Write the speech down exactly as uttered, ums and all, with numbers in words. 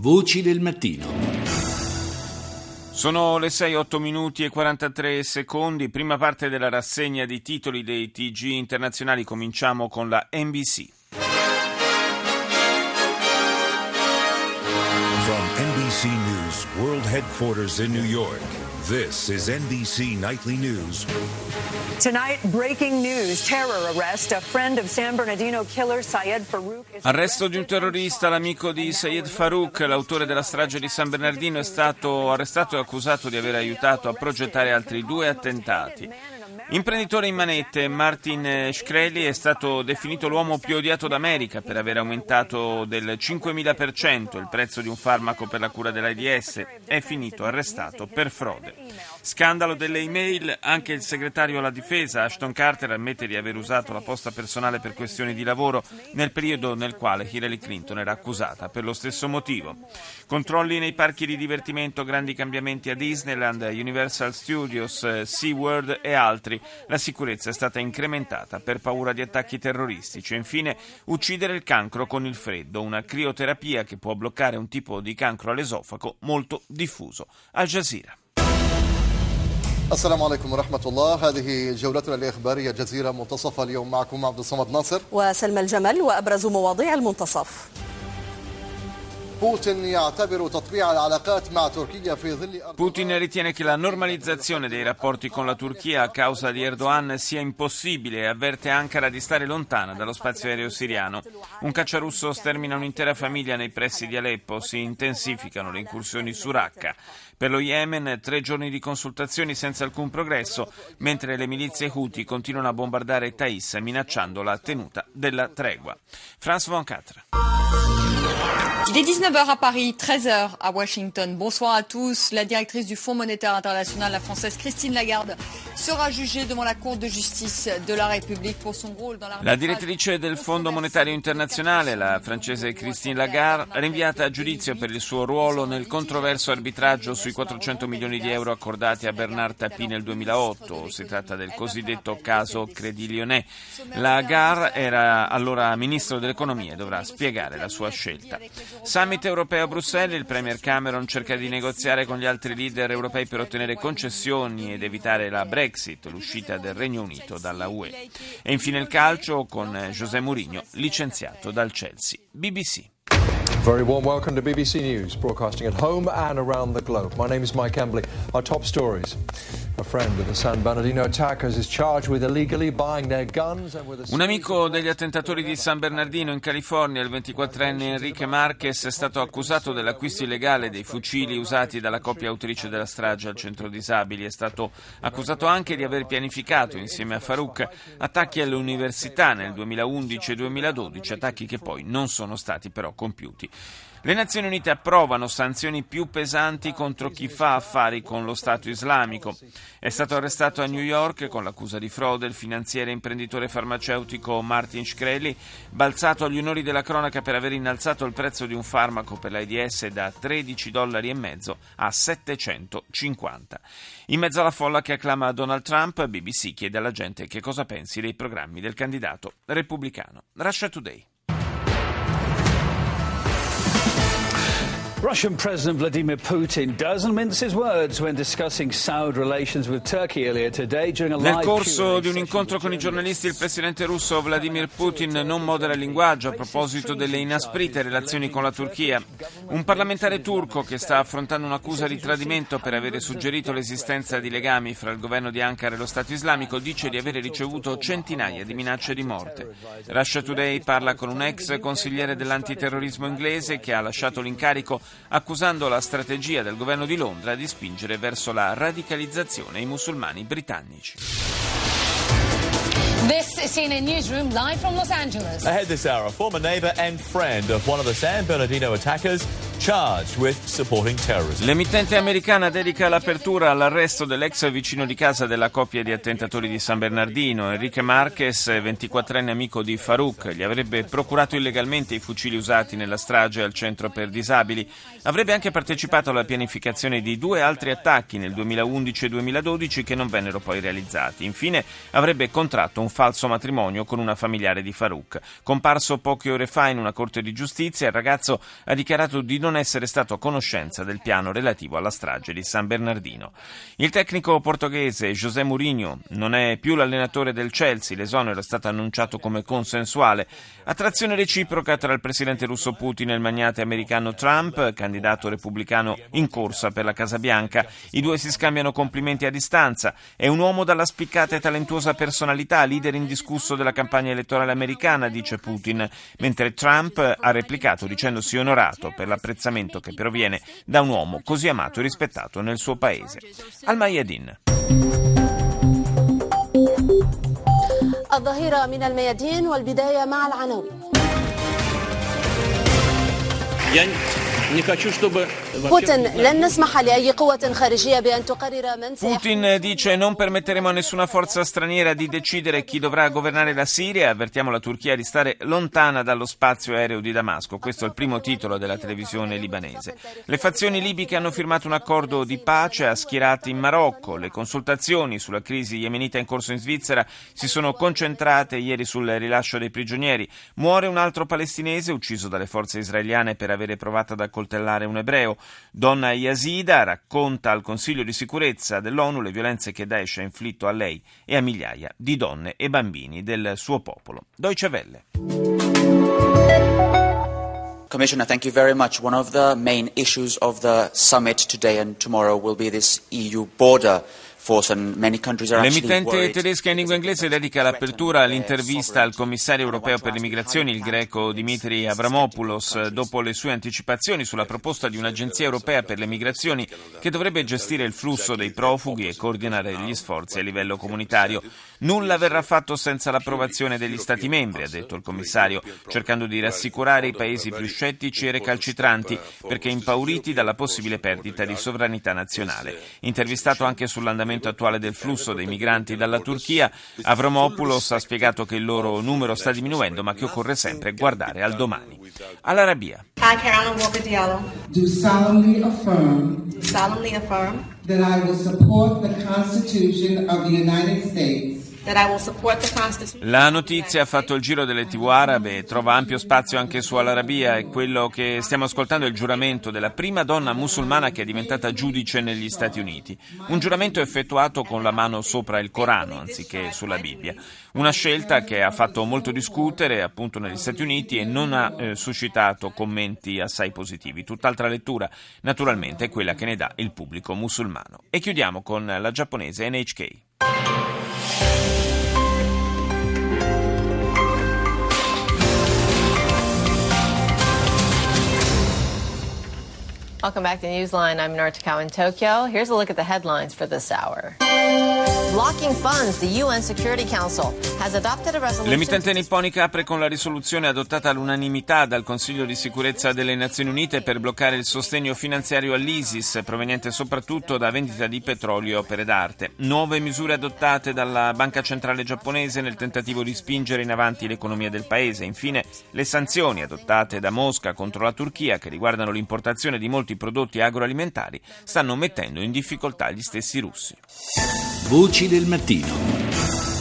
Voci del mattino. Sono le sei, otto minuti e quarantatré secondi, prima parte della rassegna di titoli dei T G internazionali. Cominciamo con la N B C. From N B C News World Headquarters in New York, this is N B C Nightly News. Tonight, breaking news. Terror arrest. A friend of San Bernardino killer Syed Farouk. Arresto di un terrorista, l'amico di Syed Farouk, l'autore della strage di San Bernardino, è stato arrestato e accusato di aver aiutato a progettare altri due attentati. Imprenditore in manette, Martin Shkreli è stato definito l'uomo più odiato d'America per aver aumentato del cinquemila per cento il prezzo di un farmaco per la cura dell'AIDS. È finito arrestato per frode. Scandalo delle email, anche il segretario alla difesa Ashton Carter ammette di aver usato la posta personale per questioni di lavoro nel periodo nel quale Hillary Clinton era accusata per lo stesso motivo. Controlli nei parchi di divertimento, grandi cambiamenti a Disneyland, Universal Studios, SeaWorld e altri. La sicurezza è stata incrementata per paura di attacchi terroristici. E infine, uccidere il cancro con il freddo, una crioterapia che può bloccare un tipo di cancro all'esofago molto diffuso. Al Jazeera. السلام عليكم ورحمة الله. هذه جولتنا الإخبارية جزيرة منتصف اليوم. معكم عبد الصمد ناصر وسلمى الجمل وأبرز مواضيع المنتصف. Putin ritiene che la normalizzazione dei rapporti con la Turchia a causa di Erdogan sia impossibile e avverte Ankara di stare lontana dallo spazio aereo siriano. Un cacciarusso stermina un'intera famiglia nei pressi di Aleppo, si intensificano le incursioni su Raqqa. Per lo Yemen, tre giorni di consultazioni senza alcun progresso, mentre le milizie Houthi continuano a bombardare Taiz minacciando la tenuta della tregua. France ventiquattro. Il est dix-neuf heures à Paris, treize heures à Washington. Bonsoir à tous. La directrice du Fonds monétaire international, la française Christine Lagarde, sera jugée devant la Cour de justice de la République pour son rôle dans la... La direttrice del Fondo monetario internazionale, la francese Christine Lagarde, rinviata a giudizio per il suo ruolo nel controverso arbitraggio sui quattrocento milioni di euro accordati a Bernard Tapie nel duemilaotto. Si tratta del cosiddetto caso Crédit Lyonnais. Lagarde era allora ministro dell'economia e dovrà spiegare la sua scelta. Summit europeo a Bruxelles, il premier Cameron cerca di negoziare con gli altri leader europei per ottenere concessioni ed evitare la Brexit, l'uscita del Regno Unito dalla U E. E infine il calcio con José Mourinho licenziato dal Chelsea. B B C. Very warm welcome to B B C News, broadcasting at home and around the globe. My name is Mike Embley. Our top stories. A friend of the San Bernardino attackers is charged with illegally buying their guns and with a... Un amico degli attentatori di San Bernardino in California, il ventiquattrenne Enrique Marquez, è stato accusato dell'acquisto illegale dei fucili usati dalla coppia autrice della strage al centro disabili. È stato accusato anche di aver pianificato insieme a Farouk attacchi alle università nel duemilaundici e duemiladodici, attacchi che poi non sono stati però compiuti. Le Nazioni Unite approvano sanzioni più pesanti contro chi fa affari con lo Stato islamico. È stato arrestato a New York con l'accusa di frode il finanziere e imprenditore farmaceutico Martin Shkreli, balzato agli onori della cronaca per aver innalzato il prezzo di un farmaco per l'AIDS da tredici dollari e mezzo a settecentocinquanta. In mezzo alla folla che acclama Donald Trump, B B C chiede alla gente che cosa pensi dei programmi del candidato repubblicano. Russia Today. Russian President Vladimir Putin doesn't mince his words when discussing Saudi relations with Turkey earlier today during a live Nel corso di un incontro con i giornalisti, il presidente russo Vladimir Putin non modera il linguaggio a proposito delle inasprite relazioni con la Turchia. Un parlamentare turco che sta affrontando un'accusa di tradimento per avere suggerito l'esistenza di legami fra il governo di Ankara e lo Stato islamico dice di avere ricevuto centinaia di minacce di morte. Russia Today parla con un ex consigliere dell'antiterrorismo inglese che ha lasciato l'incarico accusando la strategia del governo di Londra di spingere verso la radicalizzazione i musulmani britannici. This is C N N Newsroom live from Los Angeles. Ahead this hour, a former neighbor and friend of one of the San Bernardino attackers charged with supporting terrorism. L'emittente americana dedica l'apertura all'arresto dell'ex vicino di casa della coppia di attentatori di San Bernardino. Enrique Marquez, ventiquattrenne amico di Farouk, gli avrebbe procurato illegalmente i fucili usati nella strage al centro per disabili. Avrebbe anche partecipato alla pianificazione di due altri attacchi nel duemilaundici e duemiladodici che non vennero poi realizzati. Infine avrebbe contratto un falso matrimonio con una familiare di Farouk. Comparso poche ore fa in una corte di giustizia, il ragazzo ha dichiarato di non essere stato a conoscenza del piano relativo alla strage di San Bernardino. Il tecnico portoghese José Mourinho non è più l'allenatore del Chelsea, l'esonero è stato annunciato come consensuale. Attrazione reciproca tra il presidente russo Putin e il magnate americano Trump, candidato repubblicano in corsa per la Casa Bianca. I due si scambiano complimenti a distanza. È un uomo dalla spiccata e talentuosa personalità, leader indiscusso della campagna elettorale americana, dice Putin, mentre Trump ha replicato dicendosi onorato per l'apprezzamento che proviene da un uomo così amato e rispettato nel suo paese. Al-Mayadin. الظهيرة من الميادين والبداية مع العناوين. Putin لن نسمح لأي قوة خارجية بأن تقرر من سيحكم. Putin dice non permetteremo a nessuna forza straniera di decidere chi dovrà governare la Siria, avvertiamo la Turchia di stare lontana dallo spazio aereo di Damasco. Questo è il primo titolo della televisione libanese. Le fazioni libiche hanno firmato un accordo di pace a schierati in Marocco. Le consultazioni sulla crisi yemenita in corso in Svizzera si sono concentrate ieri sul rilascio dei prigionieri. Muore un altro palestinese ucciso dalle forze israeliane per avere provato ad accoltellare un ebreo. Donna Yazida racconta al Consiglio di sicurezza dell'ONU le violenze che Daesh ha inflitto a lei e a migliaia di donne e bambini del suo popolo. Deutsche Welle. Commissioner, thank you very much. One of the main issues of the summit today and tomorrow will be this E U border. L'emittente tedesca in lingua inglese dedica l'apertura all'intervista al commissario europeo per le migrazioni, il greco Dimitri Avramopoulos, dopo le sue anticipazioni sulla proposta di un'agenzia europea per le migrazioni che dovrebbe gestire il flusso dei profughi e coordinare gli sforzi a livello comunitario. Nulla verrà fatto senza l'approvazione degli Stati membri, ha detto il commissario, cercando di rassicurare i paesi più scettici e recalcitranti perché impauriti dalla possibile perdita di sovranità nazionale. Intervistato anche sull'andamento attuale del flusso dei migranti dalla Turchia, Avramopoulos ha spiegato che il loro numero sta diminuendo ma che occorre sempre guardare al domani. All'Arabia. I, Carolyn Walker Diallo, do solemnly affirm, do solemnly affirm that I will support the Constitution of the United States. La notizia ha fatto il giro delle tivù arabe e trova ampio spazio anche su Al-Arabia e quello che stiamo ascoltando è il giuramento della prima donna musulmana che è diventata giudice negli Stati Uniti. Un giuramento effettuato con la mano sopra il Corano anziché sulla Bibbia. Una scelta che ha fatto molto discutere appunto negli Stati Uniti e non ha eh, suscitato commenti assai positivi. Tutt'altra lettura naturalmente è quella che ne dà il pubblico musulmano. E chiudiamo con la giapponese N H K. Welcome back to Newsline. I'm Nora Takao in Tokyo. Here's a look at the headlines for this hour. Blocking funds, the U N Security Council has adopted a resolution. L'emittente nipponica apre con la risoluzione adottata all'unanimità dal Consiglio di sicurezza delle Nazioni Unite per bloccare il sostegno finanziario all'ISIS, proveniente soprattutto da vendita di petrolio e opere d'arte. Nuove misure adottate dalla Banca Centrale giapponese nel tentativo di spingere in avanti l'economia del paese. Infine, le sanzioni adottate da Mosca contro la Turchia, che riguardano l'importazione di molti prodotti agroalimentari, stanno mettendo in difficoltà gli stessi russi. Voci del mattino.